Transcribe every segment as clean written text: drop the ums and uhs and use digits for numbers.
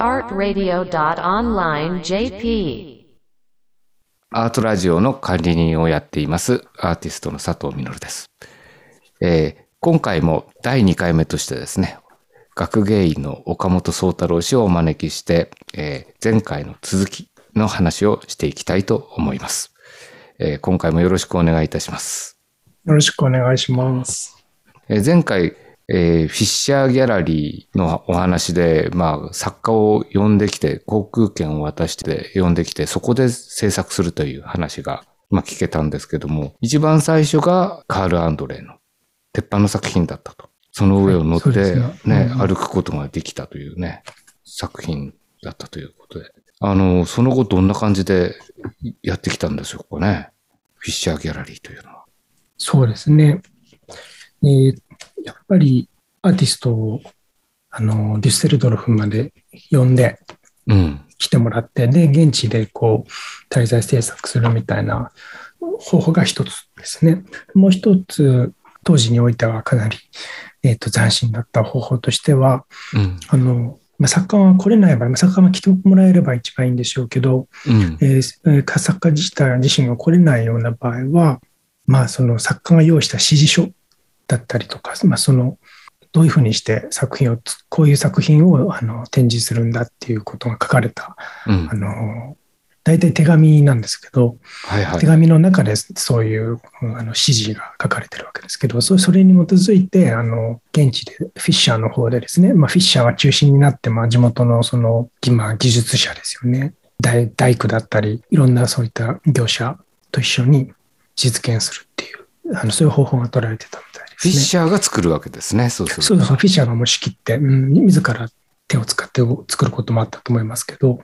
artradio.online.jp アートラジオの管理人をやっていますアーティストの佐藤実です。今回も第2回目としてですね、学芸員の岡本宗太郎氏をお招きして、前回の続きの話をしていきたいと思います。今回もよろしくお願いいたします。 よろしくお願いします。 前回、フィッシャーギャラリーのお話で、作家を呼んできて、航空券を渡して呼んできて、そこで制作するという話が、聞けたんですけども、一番最初がカール・アンドレの鉄板の作品だったと。その上を乗って、歩くことができたというね、作品だったということで。その後どんな感じでやってきたんでしょうかね。フィッシャーギャラリーというのは。 そうですね。やっぱりアーティストをデュッセルドルフまで呼んで来てもらって、で現地でこう滞在制作するみたいな方法が一つですね。もう一つ当時においてはかなり、斬新だった方法としては、作家は来れない場合、作家は来てもらえれば一番いいんでしょうけど、作家自身が来れないような場合は、その作家が用意した指示書だったりとか、どういうふうにしてこういう作品を展示するんだっていうことが書かれた、大体手紙なんですけど、手紙の中でそういう指示が書かれてるわけですけど、それに基づいて現地でフィッシャーの方でですね、フィッシャーが中心になって、地元の技術者ですよね、大工だったりいろんなそういった業者と一緒に実現するっていうそういう方法が取られてたみたいですね。 フィッシャーが作るわけですね。そうフィッシャーがもう仕切って、自ら手を使って作ることもあったと思いますけど、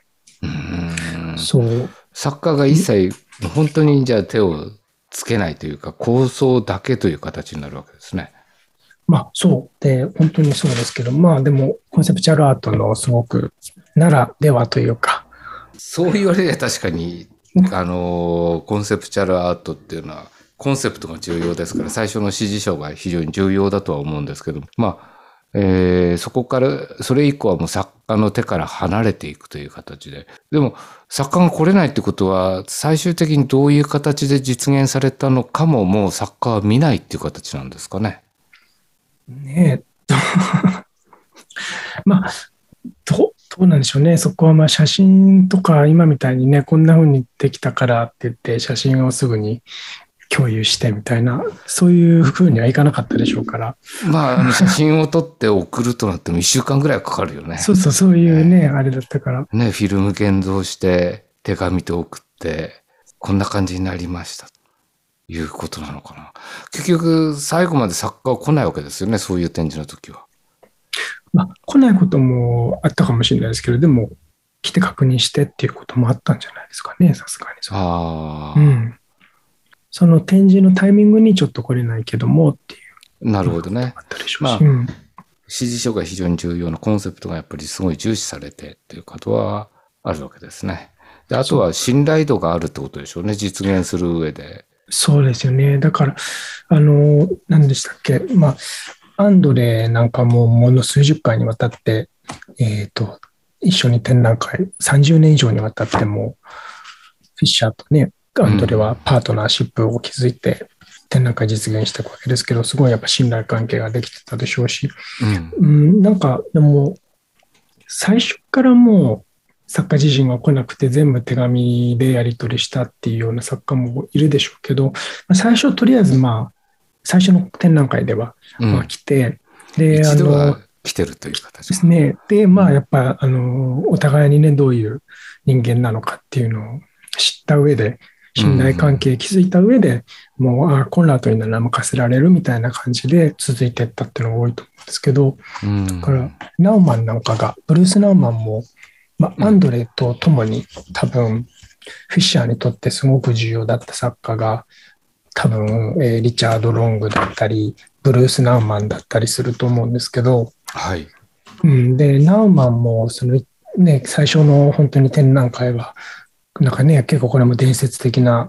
作家が一切本当にじゃあ手をつけないというか構想だけという形になるわけですね。 そうで本当にそうですけど、でもコンセプチュアルアートのすごくならではというか、 そう言われれば確かにコンセプチュアルアートっていうのはコンセプトが重要ですから、最初の指示書が非常に重要だとは思うんですけど、そこからそれ以降はもう作家の手から離れていくという形で、でも作家が来れないってことは最終的にどういう形で実現されたのかももう作家は見ないっていう形なんですかね。 どうなんでしょうね。そこは写真とか今みたいにね、こんな風にできたからって言って写真をすぐに共有してみたいな、そういう風にはいかなかったでしょうから。 写真を撮って送るとなっても1週間ぐらいかかるよね。 そういうね、あれだったから。 フィルム現像して手紙と送ってこんな感じになりましたということなのかな。結局最後まで作家は来ないわけですよね、そういう展示の時は。 来ないこともあったかもしれないですけど、でも来て確認してっていうこともあったんじゃないですかね、さすがに。その展示のタイミングにちょっと来れないけどもっていう。 なるほどね。 あったでしょうし。 指示書が非常に重要なコンセプトがやっぱりすごい重視されてっていうことはあるわけですね。で、あとは信頼度があるってことでしょうね、実現する上で。 そうですよね。だから何でしたっけ、アンドレなんかももの数十回にわたって、一緒に展覧会30年以上にわたってもフィッシャーとね、アンドレはパートナーシップを築いて展覧会実現していくわけですけど、すごいやっぱ信頼関係ができてたでしょうし、でも最初からもう作家自身が来なくて全部手紙でやり取りしたっていうような作家もいるでしょうけど、最初とりあえず最初の展覧会では来て、 で一度は来てるという形ですね。でやっぱお互いにね、どういう人間なのかっていうのを知った上で、信頼関係築いた上で、もうコンラートになら任せられるみたいな感じで続いていったっていうのが多いと思うんですけど、だからナウマンなんかが、ブルース・ナウマンも、アンドレと共に多分フィッシャーにとってすごく重要だった作家が多分、リチャード・ロングだったりブルース・ナウマンだったりすると思うんですけど、でナウマンも最初の本当に展覧会はなんかね、結構これも伝説的な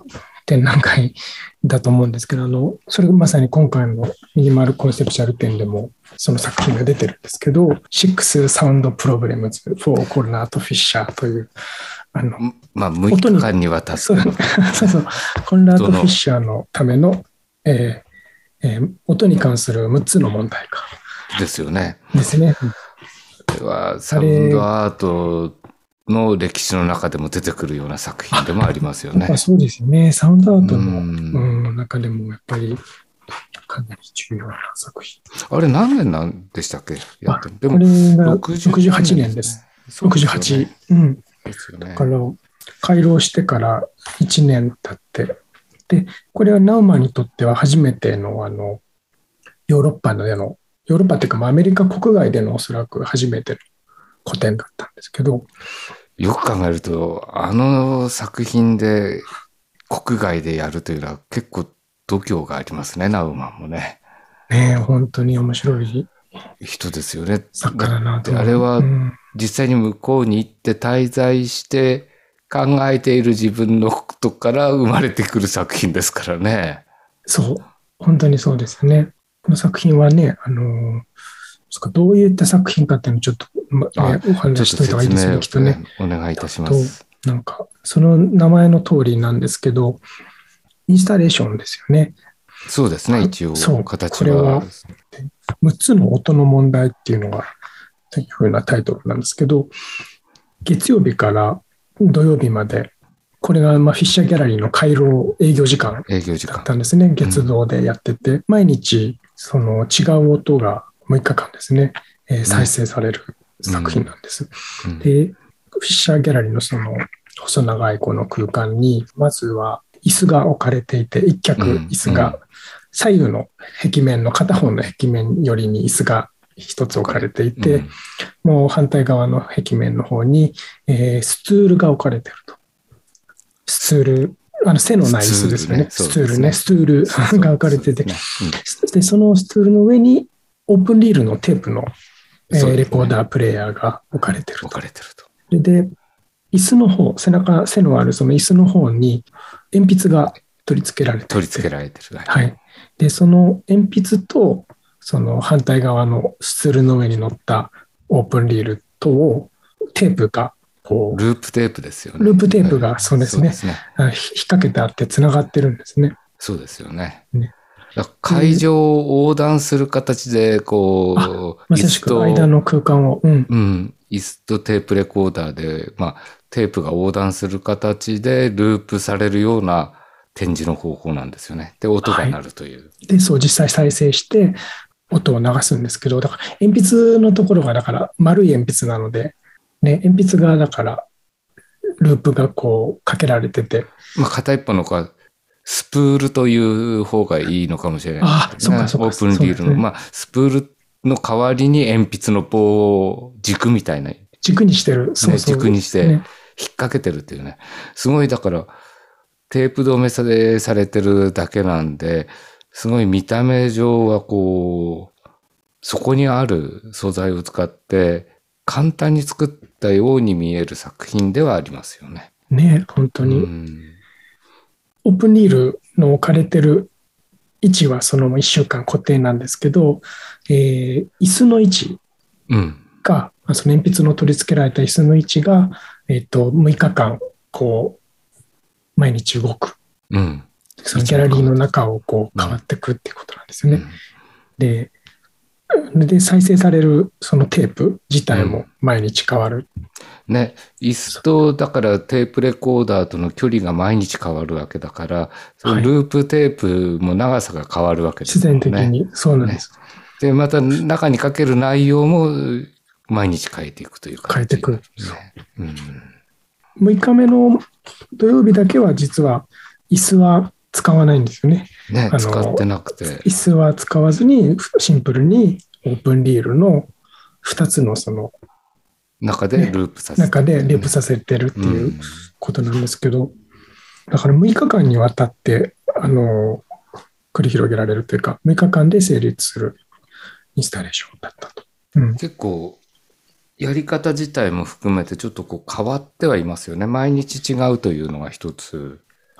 展覧会だと思うんですけど、それがまさに今回のミニマルコンセプチュアル展でもその作品が出てるんですけど、Six Sound Problems for Cornard Fisher という、 まあ、6日間にわたって。 そうコンラード・フィッシャーのための、音に関する6つの問題か。 ですよね。 ですね。 これはサウンドアートの歴史の中でも出てくるような作品でもありますよね。 そうですね。サウンドアートの中でもやっぱりかなり重要な作品。 あれ何年なんでしたっけ？ でもこれが68年です。68。うん。ですよね。だから改良してから1年経って、で、これはナウマンにとっては初めてのヨーロッパっていうかアメリカ国外でのおそらく初めての個展だったんですけど。 よく考えると、あの作品で国外でやるというのは結構度胸がありますね、ナウマンもね。 ねえ、本当に面白い人ですよね。 作家だなと。 あれは実際に向こうに行って滞在して考えている自分のことから生まれてくる作品ですからね。 そう、本当にそうですね。この作品はね、どういった作品かっていうのをちょっと、お話ししといた方がいいですよね、きっとね。 お願いいたします。 なんか、その名前の通りなんですけど、インスタレーションですよね。 そうですね、一応、形は。 これは、6つの音の問題っていうのが、というふうなタイトルなんですけど、月曜日から土曜日まで、これがフィッシャーギャラリーの回廊営業時間だったんですね。月堂でやってて、毎日その違う音が6日間ですね、再生される作品なんです。で、フィッシャーギャラリーのその細長いこの空間に、まずは椅子が置かれていて、一脚椅子が左右の壁面の片方の壁面寄りに椅子が一つ置かれていて、もう反対側の壁面の方に、スツールが置かれていると。スツール、背のない椅子ですよね。スツールが置かれてて、で、そのスツールの上にオープンリールのテープの、レコーダープレイヤーが置かれていると。で、椅子の方、背のあるその椅子の方に鉛筆が取り付けられてる。はい。で、その鉛筆と、その反対側のスツールの上に乗ったオープンリールとをテープがこうループテープですよね。 ループテープがそうですね。引っ掛けてあってつながってるんですね。 そうですよね。会場を横断する形でこうまさしく間の空間を、 椅子とテープレコーダーで、テープが横断する形でループされるような展示の方法なんですよね。で、音が鳴るという。 で、そう実際再生して音を流すんですけど、だから鉛筆のところがだから丸い鉛筆なので、ね、鉛筆がだからループがこうかけられてて。 片一方のスプールという方がいいのかもしれないですね。オープンリールの。スプールの代わりに鉛筆の棒を軸みたいな。 軸にしてる。 軸にして、引っ掛けてるっていうね。すごいだから、テープ止めされてるだけなんで、すごい見た目上はそこにある素材を使って簡単に作ったように見える作品ではありますよね。 ね、本当に。オープンリールの置かれてる位置はその1週間固定なんですけど、椅子の位置が、その鉛筆の取り付けられた椅子の位置が、6日間毎日動く。そのギャラリーの中を変わっていくっていうことなんですよね。で、再生されるそのテープ自体も毎日変わる。 ね、椅子とだからテープレコーダーとの距離が毎日変わるわけだから、そのループテープも長さが変わるわけですよね。 自然的に、そうなんです。 で、また中にかける内容も毎日変えていくというか、 変えていく。6日目の土曜日だけは実は椅子は使わないんですよね。 使ってなくて。 椅子は使わずにシンプルにオープンリールの2つのその中でループさせて、 中でループさせてるっていうことなんですけど、だから6日間にわたって繰り広げられるというか、6日間で成立するインスタレーションだったと。 結構やり方自体も含めてちょっと変わってはいますよね。毎日違うというのが一つ。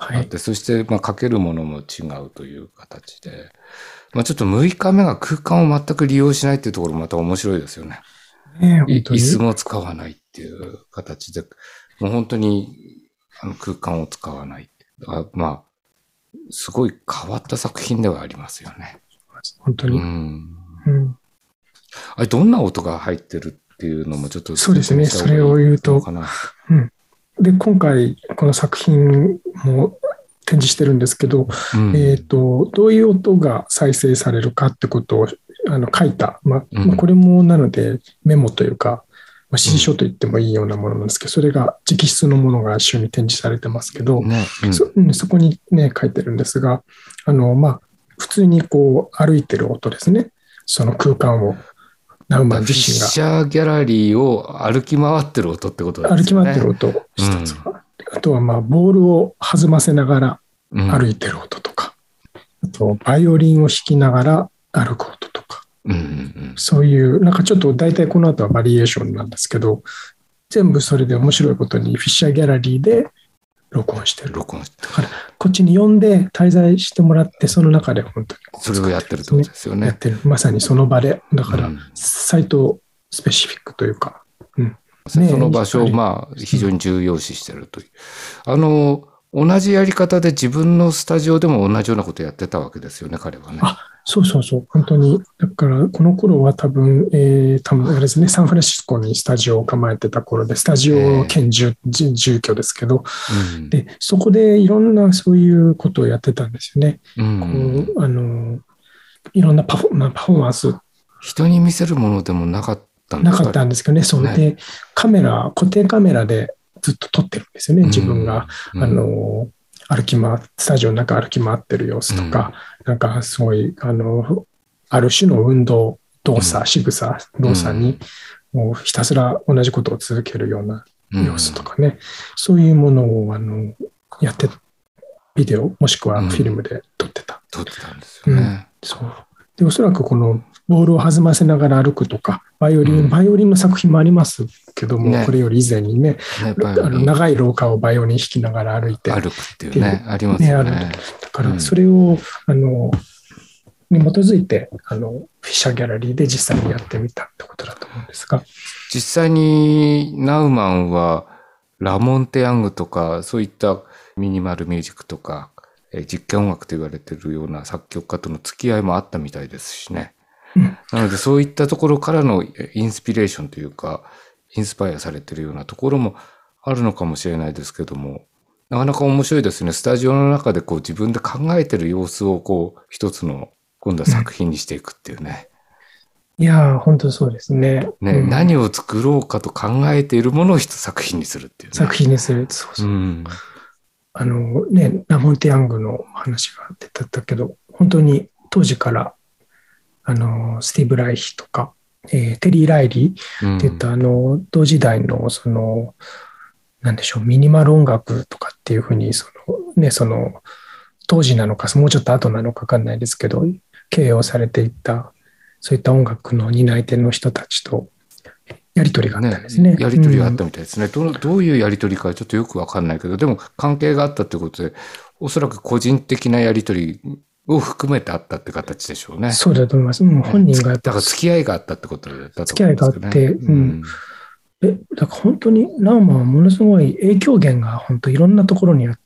あって、そしてかけるものも違うという形で、ちょっと6日目が空間を全く利用しないっていうところもまた面白いですよね。椅子も使わないっていう形で、もう本当に空間を使わない。すごい変わった作品ではありますよね。 本当に。 あれ、どんな音が入ってるっていうのもちょっと。 そうですね。それを言うと。で、今回、この作品も展示してるんですけど、どういう音が再生されるかってことを書いた。これもなので、メモというか、指示書と言ってもいいようなものなんですけど、それが直筆のものが一緒に展示されてますけど、そこにね、書いてるんですが、普通にこう歩いてる音ですね。その空間を。ナウマン自身が。 フィッシャーギャラリーを歩き回ってる音ってことですね。 歩き回ってる音、一つは。あとはボールを弾ませながら歩いてる音とか、あとバイオリンを弾きながら歩く音とか、そういうなんかちょっと大体この後はバリエーションなんですけど、全部それで面白いことにフィッシャーギャラリーで録音してる。だからこっちに呼んで滞在してもらって、その中で本当にそれをやってるってことですよね。 やってる。まさにその場で。だからサイトスペシフィックというか、 その場所を非常に重要視してるという。同じやり方で自分のスタジオでも同じようなことをやってたわけですよね、彼はね。 そう。本当に。だから、この頃は多分あれですね、サンフランシスコにスタジオを構えてた頃で、スタジオ兼住居ですけど、で、そこでいろんなそういうことをやってたんですよね。いろんなパフォーマンス。 人に見せるものでもなかったんですか？ なかったんですけどね、そうで、固定カメラでずっと撮ってるんですよね、自分が。スタジオの中歩き回ってる様子とか、なんかすごい、ある種の運動、動作に、もうひたすら同じことを続けるような様子とかね、そういうものをやって、ビデオ、もしくはフィルムで撮ってた。 撮ってたんですよね。 そうで、おそらくこのボールを弾ませながら歩くとか、バイオリンの作品もありますけども、これより以前にね、長い廊下をバイオリン弾きながら歩いて。 歩くっていうね、ありますよね。 だからそれを、に基づいて、フィッシャーギャラリーで実際にやってみたってことだと思うんですが。 実際にナウマンはラモンテ・ヤングとか、そういったミニマルミュージックとか、実験音楽と言われているような作曲家との付き合いもあったみたいですしね。なのでそういったところからのインスピレーションというか、インスパイアされているようなところもあるのかもしれないですけども、なかなか面白いですね。スタジオの中で自分で考えている様子を一つの今度は作品にしていくっていうね。 いやー、本当そうですね。 何を作ろうかと考えているものを一作品にするっていう、ね。 作品にする。そう。ラモンテ・ヤングの話が出てたけど、本当に当時から、スティーブ・ライヒとか、テリー・ライリーっていった同時代の、なんでしょう、ミニマル音楽とかっていうふうに、当時なのか、もうちょっと後なのか分かんないですけど、形容されていった、そういった音楽の担い手の人たちとやり取りがあったんですね。 やり取りがあったみたいですね。どういうやり取りかちょっとよく分かんないけど、でも関係があったということで、おそらく個人的なやり取りを含めてあったって形でしょうね。 そうだと思います。本人がやっぱだから付き合いがあったってことだと思うんですけどね。付き合いがあって、だから本当にナウマンはものすごい影響源が本当いろんなところにあって、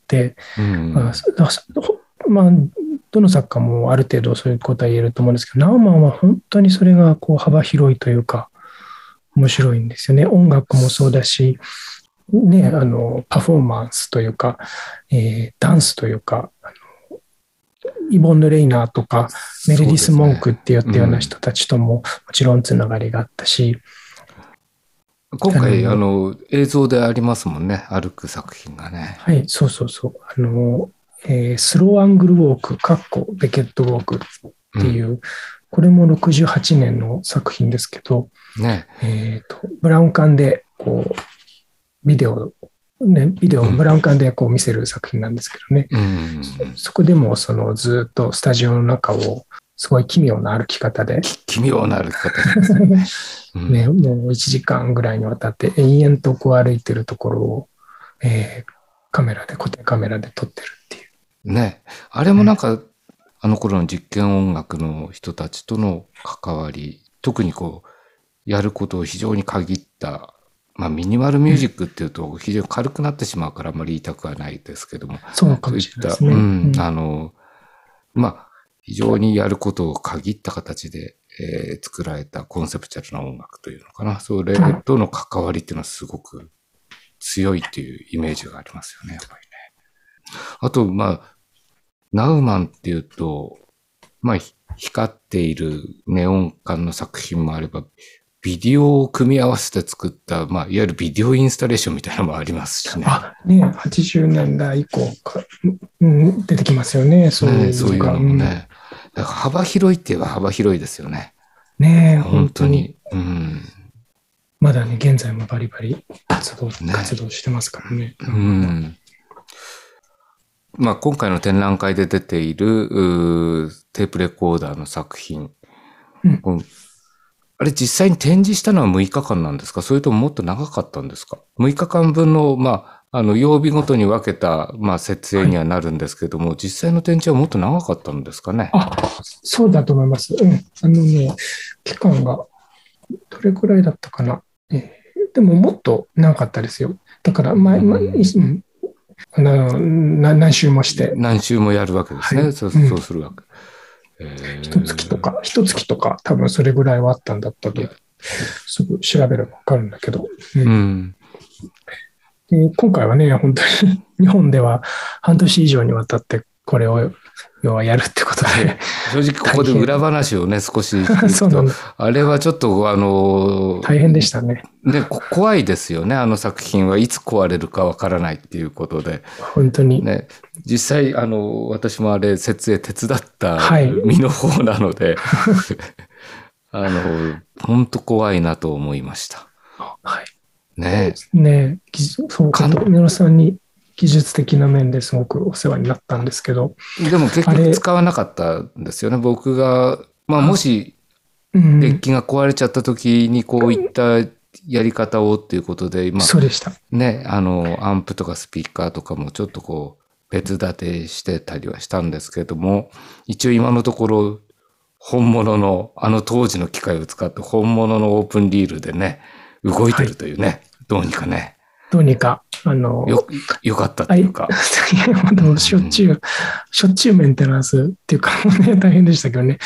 どの作家もある程度そういうことは言えると思うんですけど、ナウマンは本当にそれが幅広いというか、面白いんですよね。音楽もそうだし、ね、パフォーマンスというか、ダンスというか、イボンヌ・レイナーとかメレディス・モンクって言ったような人たちとももちろんつながりがあったし、 今回映像でありますもんね、歩く作品がね。 はい、そう。スローアングルウォークベケットウォークっていう、これも68年の作品ですけど、ブラウン管でビデオをブラウン管で見せる作品なんですけどね、そこでもずっとスタジオの中をすごい奇妙な歩き方で奇妙な歩き方ですね、もう1時間ぐらいにわたって延々と歩いてるところを、 固定カメラで撮ってるっていう。 ね。あれもなんか、あの頃の実験音楽の人たちとの関わり、特にこう、やることを非常に限った、まあミニマルミュージックっていうと非常に軽くなってしまうからあんまり言いたくはないですけども。 そうかもしれないですね。 まあ、非常にやることを限った形で、作られたコンセプチュアルな音楽というのかな。それとの関わりっていうのはすごく強いっていうイメージがありますよね、やっぱりね。あと、まあ、ナウマンっていうと、まあ、光っているネオン管の作品もあれば、ビデオを組み合わせて作った、まあ、いわゆるビデオインスタレーションみたいなのもありますしね。 ね、80年代以降か、出てきますよね、そういうのもね。だから幅広いって言えば幅広いですよね。 ねえ、 本当に。 まだね、現在もバリバリ活動してますからね。 まあ、今回の展覧会で出ているテープレコーダーの作品。あれ実際に展示したのは6日間なんですか？それとももっと長かったんですか？6日間分の、まあ、曜日ごとに分けた、まあ、設営にはなるんですけども、実際の展示はもっと長かったんですかね？ そうだと思います。期間がどれくらいだったかな。でももっと長かったですよ。だから、何週もして。 何週もやるわけですね。はい、そうするわけ。 一月とか、多分それぐらいはあったんだったと、すぐ調べればわかるんだけど。で今回はね、本当に日本では半年以上にわたってこれを要はやるってことで。 正直ここで裏話をね、少し聞くと、あれはちょっと大変でしたね。 ね、怖いですよね、あの作品はいつ壊れるかわからないっていうことで。 本当に。 ね、実際、私もあれ、設営手伝った身の方なので、本当怖いなと思いました。 はい。 ねそうかと、皆さんに技術的な面ですごくお世話になったんですけど。 でも結局使わなかったんですよね。僕が、まあもし、デッキが壊れちゃった時にこういったやり方をっていうことで、今、 そうでした。 ね、アンプとかスピーカーとかもちょっとこう、別立てしてたりはしたんですけども、一応今のところ、本物の、当時の機械を使って本物のオープンリールでね、動いてるというね、どうにかね。 どうにか、 よかったっていうか。 しょっちゅうメンテナンスっていうか、ね、大変でしたけどね。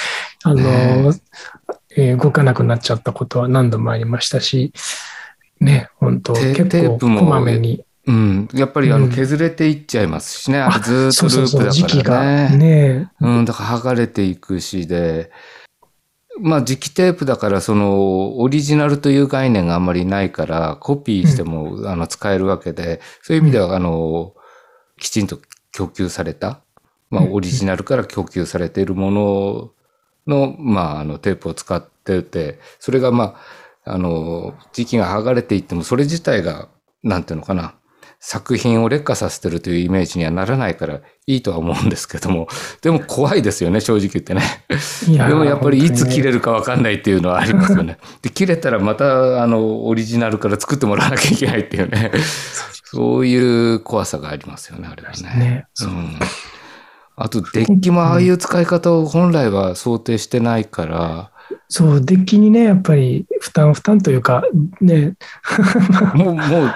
動かなくなっちゃったことは何度もありましたし、ね、本当結構こまめに。 やっぱり削れていっちゃいますしね。あれずっとループだからね。 時期がね。 だから剥がれていくしで、まあ、磁気テープだから、オリジナルという概念があんまりないから、コピーしても、使えるわけで、そういう意味では、きちんと供給された、まあ、オリジナルから供給されているものの、まあ、テープを使ってて、それが、まあ、磁気が剥がれていっても、それ自体が、なんていうのかな、作品を劣化させてるというイメージにはならないからいいとは思うんですけども、でも怖いですよね、正直言ってね。でもやっぱりいつ切れるか分かんないっていうのはありますよね。で、切れたらまたオリジナルから作ってもらわなきゃいけないっていうね。そういう怖さがありますよね、あれはね。あと、デッキもああいう使い方を本来は想定してないから、 そう、デッキにね、やっぱり負担というか、ね。 もう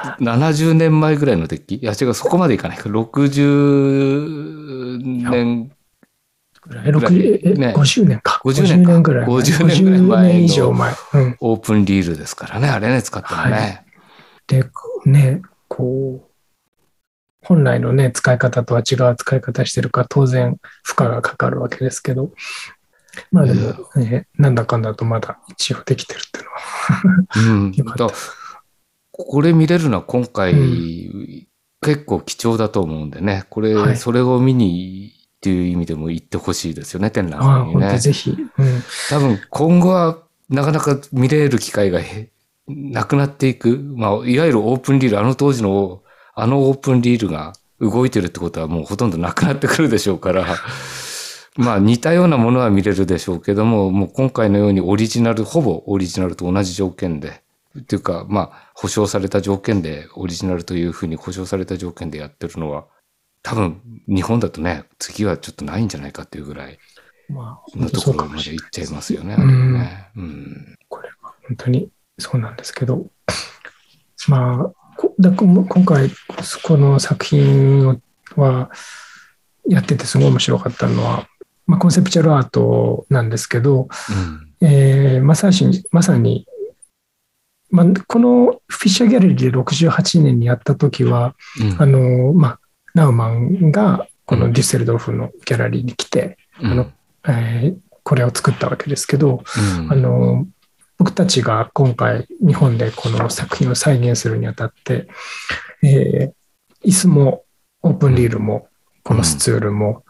70年前ぐらいのデッキ？いや違う、そこまでいかないか。60年ぐらい。50年か。 50年ぐらい。50年ぐらい前以上前。 オープンリールですからね、あれね、使ったのね。 で、ね、こう、本来のね、使い方とは違う使い方してるから、当然負荷がかかるわけですけど、まあでも、なんだかんだとまだ一応できてるっていうのはよかった。 これ見れるのは今回、結構貴重だと思うんでね、これ、それを見にっていう意味でも行ってほしいですよね、展覧会にね。 本当ぜひ。 多分今後はなかなか見れる機会がなくなっていく。まあ、いわゆるオープンリール、当時のオープンリールが動いてるってことはもうほとんどなくなってくるでしょうから、まあ似たようなものは見れるでしょうけども、もう今回のようにほぼオリジナルと同じ条件でっていうか、まあ、保証された条件で、オリジナルというふうに保証された条件でやってるのは、多分、日本だとね、次はちょっとないんじゃないかっていうぐらいのところまで行っちゃいますよね、あれはね。 これは本当にそうなんですけど、まあ、今回、この作品はやっててすごい面白かったのは、まあ、コンセプチュアルアートなんですけど、まさに、まあ、このフィッシャーギャラリーで68年にやった時は、まあ、ナウマンがこのデュッセルドルフのギャラリーに来て、これを作ったわけですけど、僕たちが今回日本でこの作品を再現するにあたって、椅子もオープンリールもこのスツールも、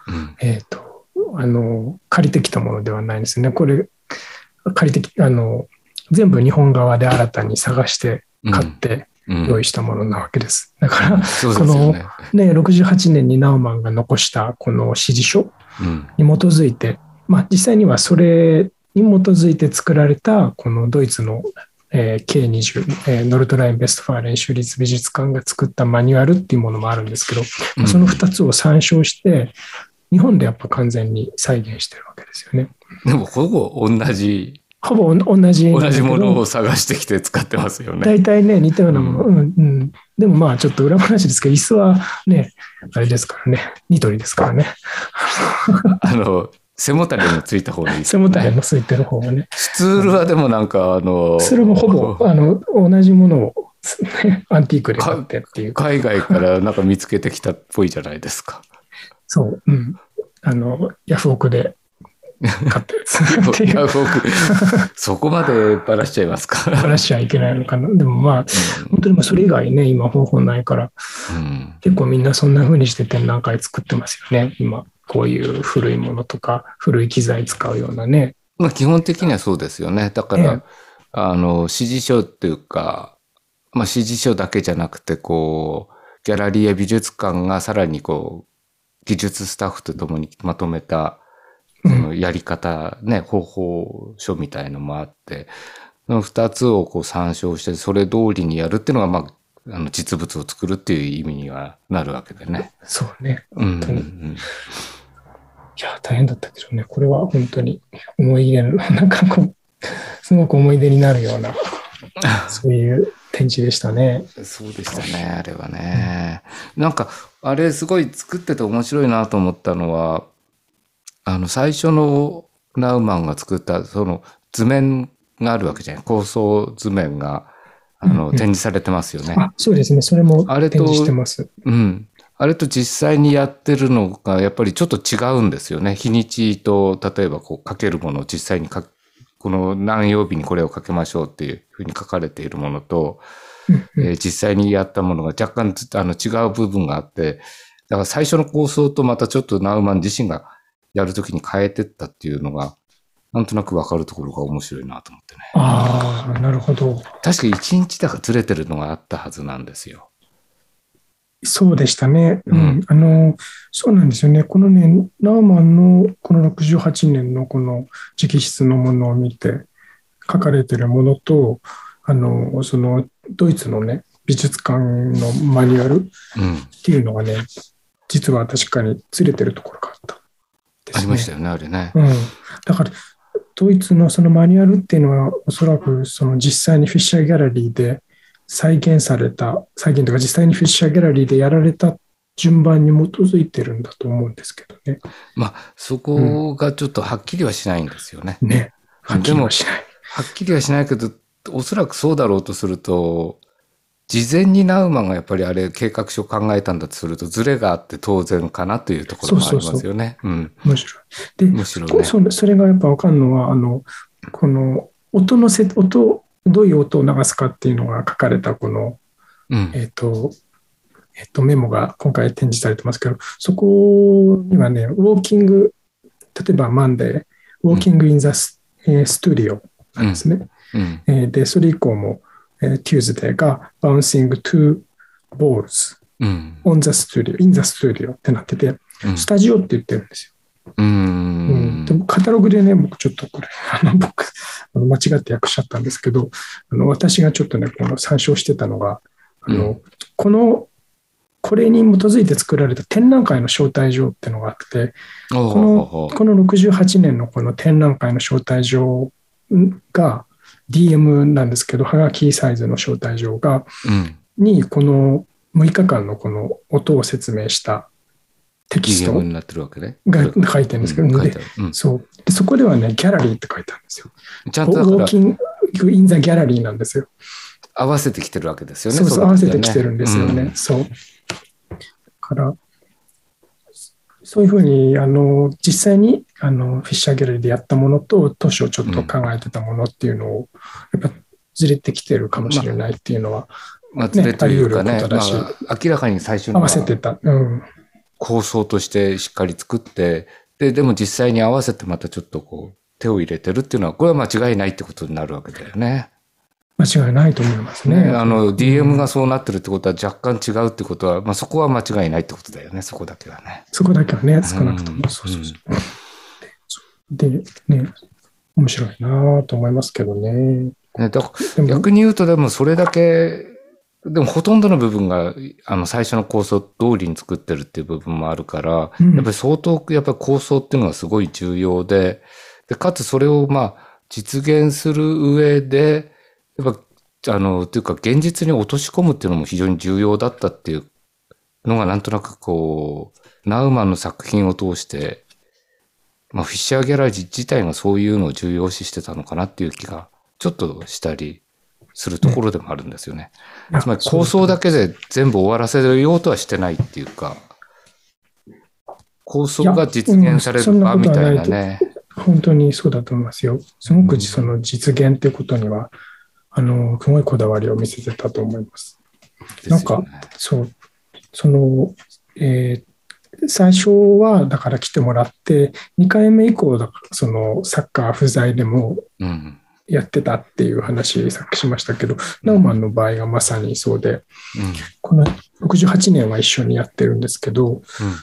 借りてきたものではないんですね。これ全部日本側で新たに探して買って用意したものなわけです。だから、このね、68年にナウマンが残したこの指示書に基づいて、まあ実際にはそれに基づいて作られたこのドイツのK20、ノルトライン・ベストファーレン州立美術館が作ったマニュアルっていうものもあるんですけど、その2つを参照して、日本でやっぱ完全に再現してるわけですよね。 でもほぼ同じ同じものを探してきて使ってますよね。 大体ね、似たようなもの。でもまあちょっと裏話ですけど、椅子はね、あれですからね、ニトリですからね。 背もたれのついた方がいいですね。背もたれのついてる方がね。 スツールはでもなんかスツールもほぼ同じものを、ね、アンティークで買ってっていう。 海外からなんか見つけてきたっぽいじゃないですか。 そう、ヤフオクで買ったやつ。 ヤフオク。そこまでばらしちゃいますか。 ばらしちゃいけないのかな。でもまあ、本当にそれ以外ね、今方法ないから、結構みんなそんな風にして展覧会作ってますよね、今。こういう古いものとか、古い機材使うようなね。 まあ基本的にはそうですよね。だから、指示書っていうか、まあ指示書だけじゃなくて、こう、ギャラリーや美術館がさらにこう、技術スタッフとともにまとめた、そのやり方、ね、方法書みたいのもあって、その二つをこう参照して、それ通りにやるっていうのが、まあ、実物を作るっていう意味にはなるわけでね。 そうね。本当に。いや、大変だったけどね、これは本当に思い出の、なんかこう、すごく思い出になるような、そういう展示でしたね。 そうでしたね、あれはね。なんか、あれすごい作ってて面白いなと思ったのは、最初のナウマンが作ったその図面があるわけじゃない。構想図面が展示されてますよね。 そうですね。それも展示してます。 あれと実際にやってるのがやっぱりちょっと違うんですよね。日にちと例えばこう書けるものを実際にこの何曜日にこれを書けましょうっていうふうに書かれているものと、実際にやったものが若干違う部分があって、だから最初の構想とまたちょっとナウマン自身がやるときに変えてったっていうのが、なんとなくわかるところが面白いなと思ってね。 ああ、なるほど。 確か1日だかずれてるのがあったはずなんですよ。 そうでしたね。そうなんですよね。このね、ナウマンのこの68年のこの直筆のものを見て書かれてるものと、そのドイツのね、美術館のマニュアルっていうのがね、実は確かにずれてるところがあった。 ありましたよね、あれね。 だから、ドイツのそのマニュアルっていうのは、おそらくその実際にフィッシャーギャラリーで再現というか実際にフィッシャーギャラリーでやられた順番に基づいてるんだと思うんですけどね。 まあ、そこがちょっとはっきりはしないんですよね。 はっきりはしない。 はっきりはしないけど、おそらくそうだろうとすると、事前にナウマンがやっぱりあれ計画書を考えたんだとするとズレがあって当然かなというところもありますよね。 むしろ。で、むしろね、それがやっぱ分かるのは、このどういう音を流すかっていうのが書かれたこの、メモが今回展示されてますけど、そこにはね、ウォーキング、例えばマンデー、ウォーキングインザスタジオなんですね。で、それ以降も、Tuesday が Bouncing to Balls on the Studio, in the Studio ってなってて、スタジオって言ってるんですよ。 でもカタログでね、僕ちょっとこれ、間違って訳しちゃったんですけど、私がちょっとね、この参照してたのが、これに基づいて作られた展覧会の招待状っていうのがあって、この68年のこの展覧会の招待状が DM なんですけど、はがきサイズの招待状が、にこの6日間のこの音を説明したテキストが書いてるんですけど、そこではね、ギャラリーって書いてあるんですよ。 ちゃんとだから、 ウォーキング・イン・ザ・ギャラリーなんですよ。 合わせてきてるわけですよね。 そう、合わせてきてるんですよね。そう。から、そういうふうに、実際に、フィッシャーギャラリーでやったものと、当初ちょっと考えてたものっていうのを、やっぱずれてきてるかもしれないっていうのは、 ずれというかね、明らかに最初に合わせてた。 構想としてしっかり作って、でも実際に合わせてまたちょっとこう、手を入れてるっていうのは、これは間違いないってことになるわけだよね。 間違いないと思いますね。 DM がそうなってるってことは若干違うってことは、そこは間違いないってことだよね、そこだけはね。 そこだけはね、少なくとも。で、ね、面白いなと思いますけどね。 逆に言うと、でもそれだけ、でもほとんどの部分が、最初の構想通りに作ってるっていう部分もあるから、やっぱり相当、やっぱり構想っていうのがすごい重要で、かつそれを実現する上で、やっぱ、というか現実に落とし込むっていうのも非常に重要だったっていうのがなんとなくこう、ナウマンの作品を通して、フィッシャーギャラリー自体がそういうのを重要視してたのかなっていう気がちょっとしたりするところでもあるんですよね。つまり構想だけで全部終わらせようとはしてないっていうか、構想が実現される場みたいなね。 本当にそうだと思いますよ。すごくその実現っていうことには、すごいこだわりを見せてたと思います。なんか、そう、最初はだから来てもらって、2回目以降、そのサッカー不在でもやってたっていう話、さっきしましたけど、ナウマンの場合がまさにそうで、この68年は一緒にやってるんですけど、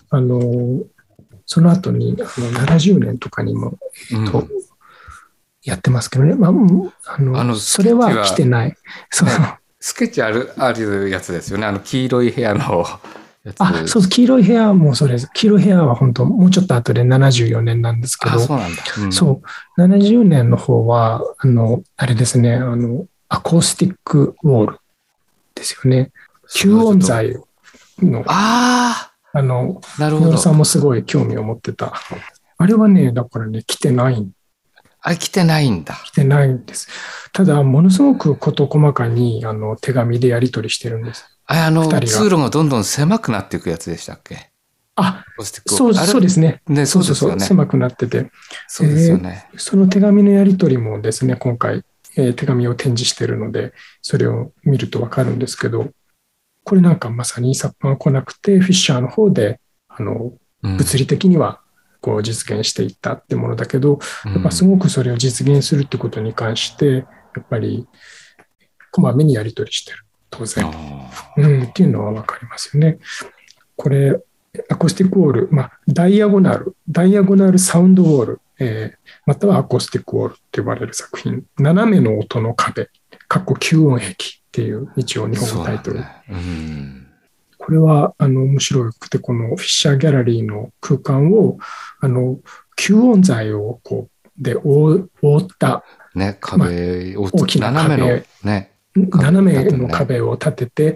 その後に70年とかにも、やってますけどね。それは来てない。 スケッチあるやつですよね。黄色い部屋のやつ。 そう、黄色い部屋もそうです。黄色い部屋は本当、もうちょっと後で74年なんですけど。 そうなんだ。 そう、70年の方は、あれですね、アコースティックウォールですよね。吸音材の。なるほど。さんもすごい興味を持ってた。あれはね、だからね、来てない来てないんだ。 来てないんです。ただ、ものすごく事細かに手紙でやり取りしてるんです。 通路がどんどん狭くなっていくやつでしたっけ？ そうですね。そう、狭くなってて。そうですよね。その手紙のやり取りもですね、今回、手紙を展示しているので、それを見るとわかるんですけど、これなんかまさに作家が来なくて、フィッシャーの方で、物理的には、こう実現していったってものだけど、やっぱすごくそれを実現するってことに関して、やっぱりこまめにやり取りしてる、当然。っていうのは分かりますよね。これ、アコースティックウォール、ダイアゴナルサウンドウォール、またはアコースティックウォールと呼ばれる作品、斜めの音の壁、吸音壁っていう一応日本語タイトル。これは面白くて、このフィッシャーギャラリーの空間を吸音材をで覆った、 壁を大きな壁、斜めの壁を立てて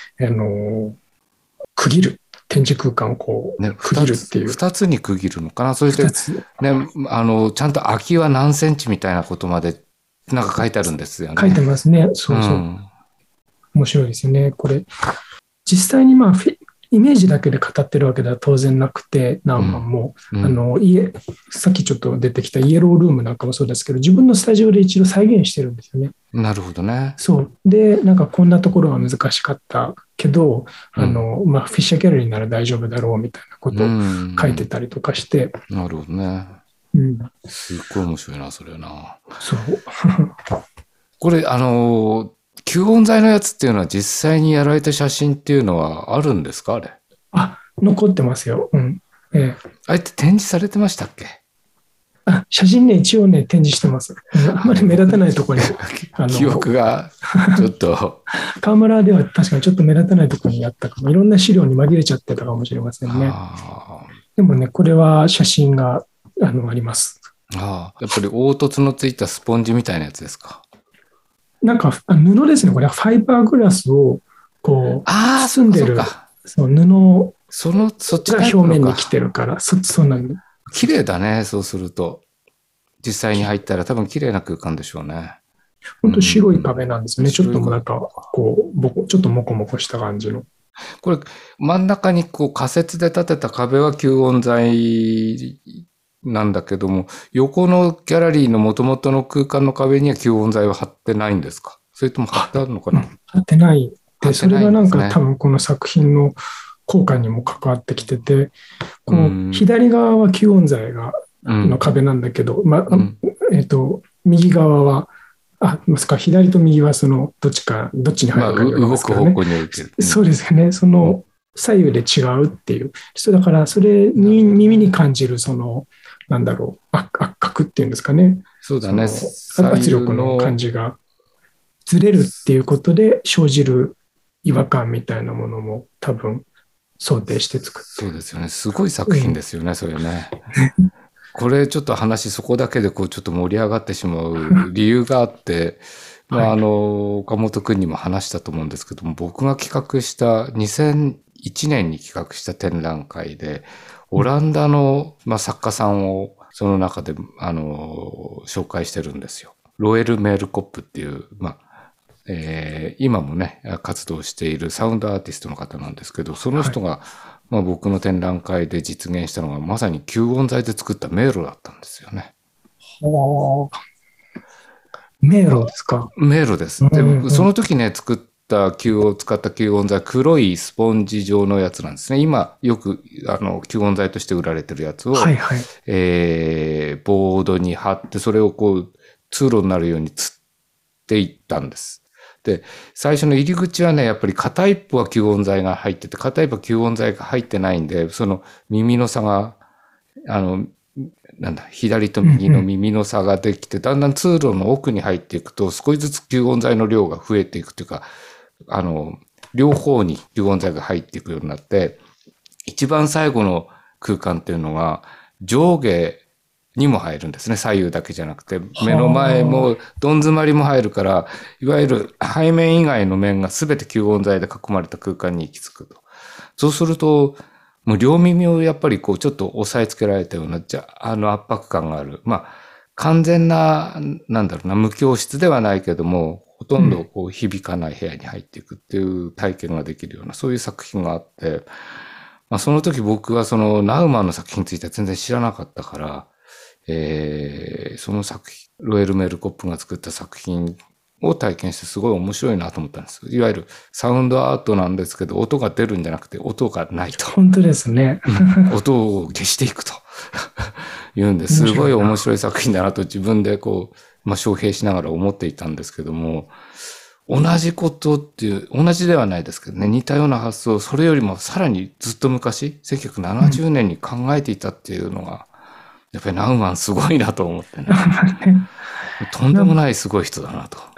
区切る、展示空間を区切るっていう。 2つに区切るのかな。それで、ちゃんと空きは何センチみたいなことまでなんか書いてあるんですよね。 書いてますね。そう。面白いですよね。これ実際にイメージだけで語ってるわけでは当然なくて、ナウマンも、さっきちょっと出てきたイエロールームなんかもそうですけど、自分のスタジオで一度再現してるんですよね。 なるほどね。 そう。で、なんかこんなところは難しかったけど、フィッシャーギャラリーなら大丈夫だろうみたいなことを書いてたりとかして。 なるほどね。すっごい面白いな、それはな。 そう。 これ、吸音材のやつっていうのは実際にやられた写真っていうのはあるんですか、あれ？ 残ってますよ。 あれって展示されてましたっけ？ 写真ね、一応ね、展示してます。あんまり目立たないところに。 記憶が、ちょっと。 河村では確かにちょっと目立たないところにあったかも。いろんな資料に紛れちゃってたかもしれませんね。でもね、これは写真があります。 やっぱり凹凸のついたスポンジみたいなやつですか？ なんか布ですね。これはファイバーグラスをこう包んでるそう布そっちが表面に来てるから、そうなんだ。 綺麗だね、そうすると。実際に入ったら多分綺麗な空間でしょうね。 本当白い壁なんですよね。ちょっとなんかこうちょっとモコモコした感じの。 これ真ん中にこう仮設で建てた壁は吸音材なんだけども、横のギャラリーの元々の空間の壁には吸音材は貼ってないんですか？それとも貼ってあるのかな？ 貼ってないで、それがなんか多分この作品の効果にも関わってきてて、こう左側は吸音材の壁なんだけど、右側は、左と右はどっちに入るかによりますからね。 動く方向に置いてる。 そうですよね。その左右で違うっていう。だから、それに耳に感じる、なんだろう、圧迫っていうんですかね。 そうだね。 圧力の感じがずれるっていうことで生じる違和感みたいなものも多分想定して作って。 そうですよね。すごい作品ですよね、それね。これちょっと話そこだけでこうちょっと盛り上がってしまう理由があって、岡本くんにも話したと思うんですけども、僕が企画した2001年に企画した展覧会で、オランダの、作家さんをその中で、紹介してるんですよ。ロエル・メールコップっていう、今もね、活動しているサウンドアーティストの方なんですけど、その人が、僕の展覧会で実現したのがまさに吸音材で作った迷路だったんですよね。 迷路ですか？ 迷路です。で、その時ね、使った吸音材、黒いスポンジ状のやつなんですね。今、よく、吸音材として売られてるやつを、ボードに貼って、それをこう、通路になるようにつっていったんです。で、最初の入り口はね、やっぱり片一方は吸音材が入ってて、片一方は吸音材が入ってないんで、その耳の差が、左と右の耳の差ができて、だんだん通路の奥に入っていくと、少しずつ吸音材の量が増えていくというか、両方に吸音材が入っていくようになって、一番最後の空間っていうのが、上下にも入るんですね。左右だけじゃなくて、目の前もどん詰まりも入るから、いわゆる背面以外の面が全て吸音材で囲まれた空間に行き着くと。そうすると、もう両耳をやっぱりこうちょっと押さえつけられたような、圧迫感がある。完全な、無教室ではないけども、ほとんどこう響かない部屋に入っていくっていう体験ができるような、そういう作品があって、その時僕はそのナウマンの作品については全然知らなかったから、その作品、ロエル・メルコップが作った作品を体験してすごい面白いなと思ったんです。いわゆるサウンドアートなんですけど、音が出るんじゃなくて音がないと。 本当ですね。 音を消していくと言うんです。すごい面白い作品だなと自分でこう、招聘しながら思っていたんですけども、同じことっていう、同じではないですけどね、似たような発想、それよりもさらにずっと昔、1970年に考えていたっていうのが、やっぱりナウマンすごいなと思ってね。とんでもないすごい人だなと。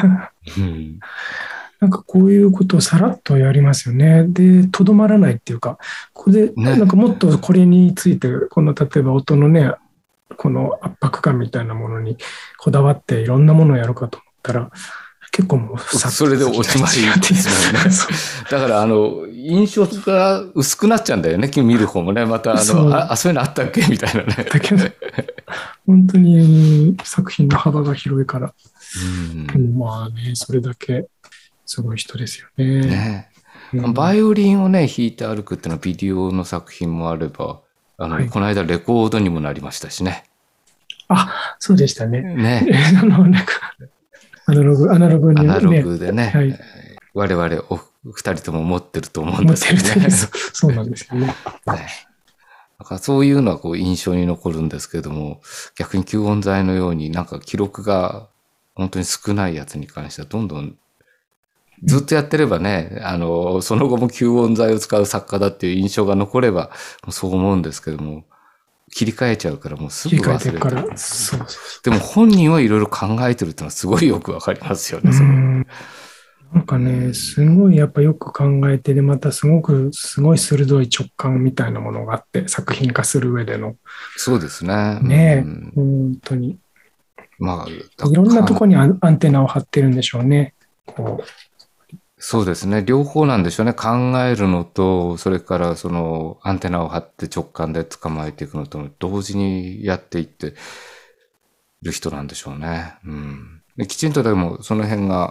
なんかこういうことをさらっとやりますよね。で、とどまらないっていうか、これで、なんかもっとこれについて、例えば音のね、この圧迫感みたいなものにこだわっていろんなものをやるかと思ったら、結構もうそれでおしまいですもんね。だから印象が薄くなっちゃうんだよね、見る方もね。またそういうのあったっけみたいなね。 だけど、本当に作品の幅が広いから。それだけすごい人ですよね。 バイオリンをね、弾いて歩くっていうのはビデオの作品もあれば、この間レコードにもなりましたしね。 そうでしたね。アナログにね。 アナログでね、我々二人とも持ってると思うんですけどね。 そうなんですよね。 だからそういうのはこう印象に残るんですけども、逆に吸音材のようになんか記録が本当に少ないやつに関してはどんどんずっとやってればね、その後も吸音材を使う作家だっていう印象が残れば、そう思うんですけども、切り替えちゃうからもうすぐ忘れてる。 切り替えてるから、そう。 でも本人はいろいろ考えてるってのはすごいよくわかりますよね。 なんかね、すごいやっぱよく考えて、で、またすごい鋭い直感みたいなものがあって、作品化する上での。 そうですね。 ねえ、本当に。 まあ、 いろんなところにアンテナを張ってるんでしょうね。 そうですね。両方なんでしょうね。考えるのと、それからそのアンテナを張って直感で捕まえていくのと、同時にやっていってる人なんでしょうね。できちんとでもその辺が、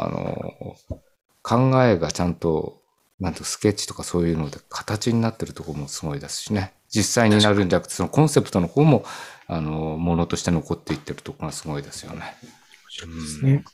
考えがちゃんと、スケッチとかそういうので形になってるところもすごいですしね。実際になるんじゃなくて、そのコンセプトの方も、ものとして残っていってるところがすごいですよね。 そうですね。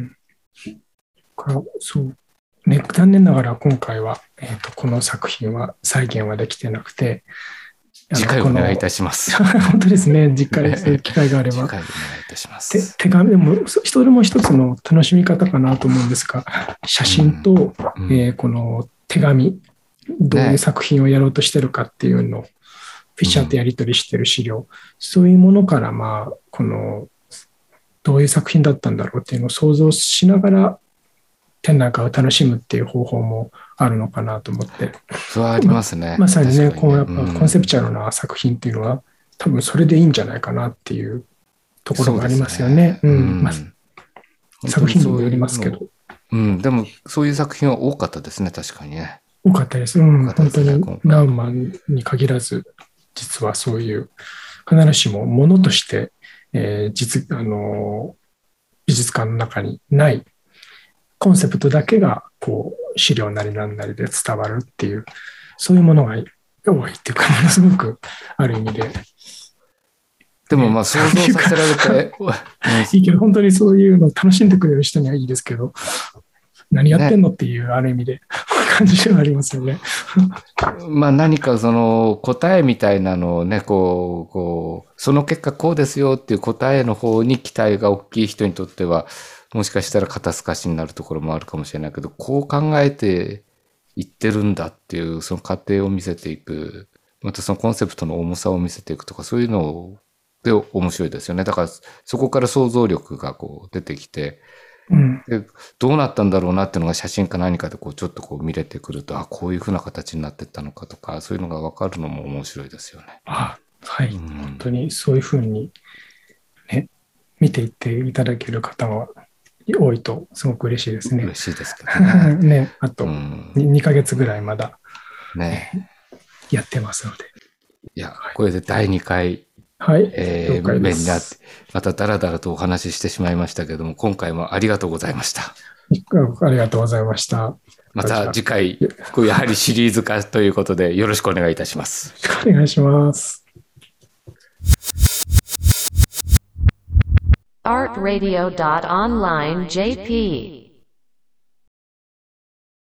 そうね、残念ながら今回は、この作品は再現はできてなくて、 次回お願いいたします。 本当ですね。次回そういう機会があれば。 次回お願いいたします。 手紙でも、それも一つの楽しみ方かなと思うんですが、写真と、この手紙、どういう作品をやろうとしてるかっていうのを、フィッシャーとやり取りしてる資料、そういうものから、この、どういう作品だったんだろうっていうのを想像しながら、展覧会を楽しむっていう方法もあるのかなと思って。 それはありますね。 まさにね、やっぱコンセプチュアルな作品っていうのは、多分それでいいんじゃないかなっていうところがありますよね。作品にもよりますけど。 でもそういう作品は多かったですね、確かにね。 多かったです。本当にナウマンに限らず、実はそういう、必ずしもものとして、美術館の中にないコンセプトだけが資料なりなんなりで伝わるっていう、そういうものが多いっていうか、ものすごくある意味で。 でも想像させられていいけど、本当にそういうのを楽しんでくれる人にはいいですけど、何やってんのっていう、ある意味で感じがありますよね。 何かその答えみたいなのをね、その結果こうですよっていう答えの方に期待が大きい人にとっては、もしかしたら肩透かしになるところもあるかもしれないけど、こう考えていってるんだっていう、その過程を見せていく、またそのコンセプトの重さを見せていくとか、そういうので面白いですよね。だからそこから想像力が出てきて、でどうなったんだろうなっていうのが写真か何かでちょっと見れてくると、こういうふうな形になってったのかとか、そういうのが分かるのも面白いですよね。 はい、本当にそういうふうにね、見ていっていただける方は多いとすごく嬉しいですね。 嬉しいですけどね。 ね、あと2ヶ月ぐらいまだやってますので。 いや、これで第2回。 はい。 目になって、まただらだらとお話ししてしまいましたけども、今回もありがとうございました。 ありがとうございました。 また次回、やはりシリーズ化ということで、よろしくお願いいたします。 お願いします。 artradio.online JP